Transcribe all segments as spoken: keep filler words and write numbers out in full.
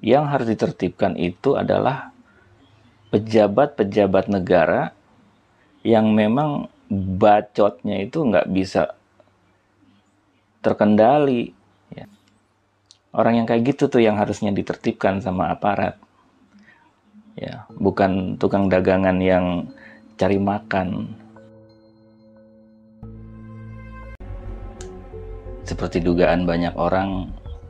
Yang harus ditertibkan itu adalah pejabat-pejabat negara yang memang bacotnya itu nggak bisa terkendali. Ya. Orang yang kayak gitu tuh yang harusnya ditertibkan sama aparat. Ya, bukan tukang dagangan yang cari makan. Seperti dugaan banyak orang,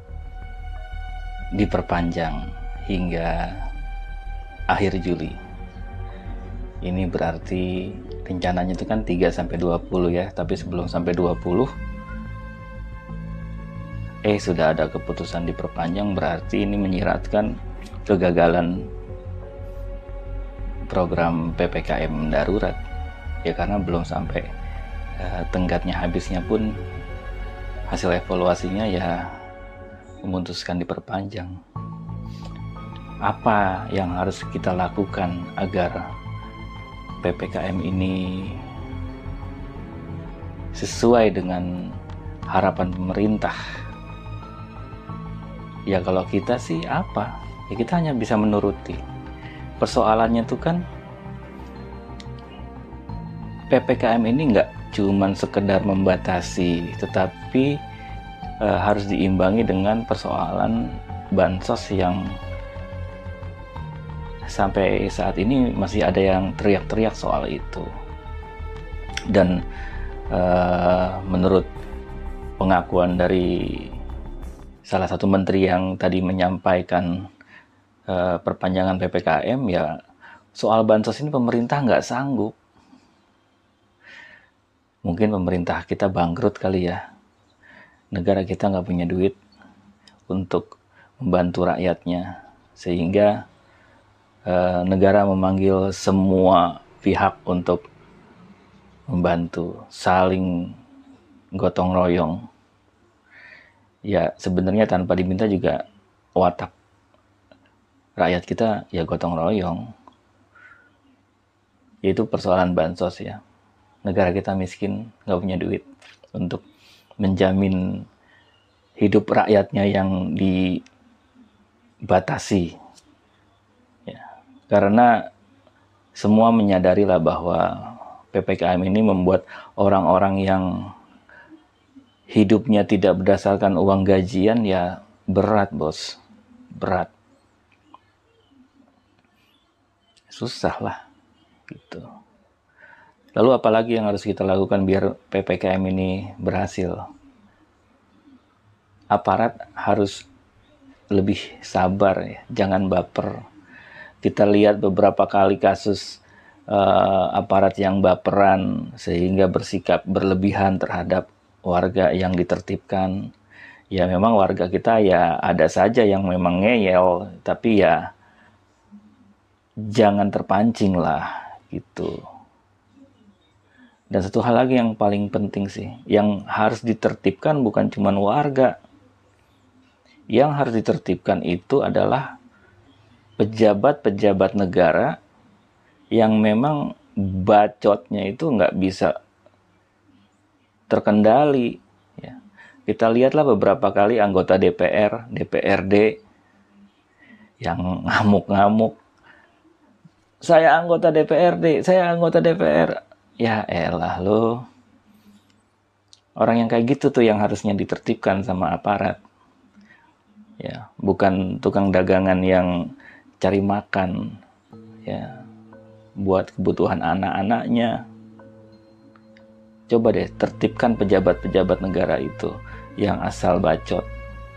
diperpanjang hingga akhir Juli. Ini berarti rencananya itu kan tiga sampai dua puluh ya, tapi sebelum sampai dua puluh eh sudah ada keputusan diperpanjang, berarti ini menyiratkan kegagalan program P P K M darurat. Ya karena belum sampai uh, tenggatnya habisnya pun hasil evaluasinya ya memutuskan diperpanjang. Apa yang harus kita lakukan agar P P K M ini sesuai dengan harapan pemerintah? Ya kalau kita sih apa? Ya kita hanya bisa menuruti. Persoalannya tuh kan P P K M ini nggak cuman sekedar membatasi, tetapi e, harus diimbangi dengan persoalan bansos yang sampai saat ini masih ada yang teriak-teriak soal itu. Dan e, menurut pengakuan dari salah satu menteri yang tadi menyampaikan e, perpanjangan P P K M, ya soal bansos ini pemerintah nggak sanggup. Mungkin pemerintah kita bangkrut kali ya. Negara kita nggak punya duit untuk membantu rakyatnya. Sehingga eh, negara memanggil semua pihak untuk membantu, saling gotong royong. Ya sebenarnya tanpa diminta juga watak rakyat kita ya gotong royong. Yaitu persoalan bansos ya. Negara kita miskin, nggak punya duit untuk menjamin hidup rakyatnya yang dibatasi. Ya, karena semua menyadarilah bahwa P P K M ini membuat orang-orang yang hidupnya tidak berdasarkan uang gajian ya berat, bos. Berat. Susah lah, gitu. Lalu apalagi yang harus kita lakukan biar P P K M ini berhasil? Aparat harus lebih sabar ya, jangan baper. Kita lihat beberapa kali kasus uh, aparat yang baperan sehingga bersikap berlebihan terhadap warga yang ditertibkan. Ya memang warga kita ya ada saja yang memang ngeyel, tapi ya jangan terpancing lah gitu. Dan satu hal lagi yang paling penting sih, yang harus ditertibkan bukan cuma warga. Yang harus ditertibkan itu adalah pejabat-pejabat negara yang memang bacotnya itu nggak bisa terkendali. Ya. Kita lihatlah beberapa kali anggota D P R, D P R D yang ngamuk-ngamuk. Saya anggota D P R D, saya anggota D P R. Ya elah lo. Orang yang kayak gitu tuh yang harusnya ditertibkan sama aparat. Ya, bukan tukang dagangan yang cari makan. Ya, buat kebutuhan anak-anaknya. Coba deh tertibkan pejabat-pejabat negara itu yang asal bacot.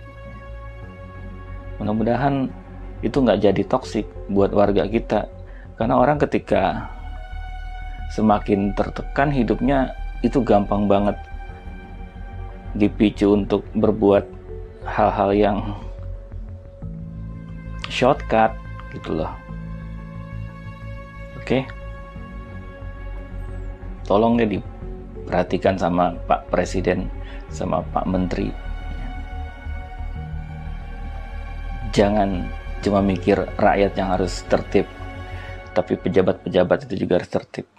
Mudah-mudahan itu nggak jadi toksik buat warga kita. Karena orang ketika semakin tertekan hidupnya itu gampang banget dipicu untuk berbuat hal-hal yang shortcut gitu loh. Oke, tolong deh diperhatikan sama Pak Presiden sama Pak Menteri. Jangan cuma mikir rakyat yang harus tertib, tapi pejabat-pejabat itu juga harus tertib.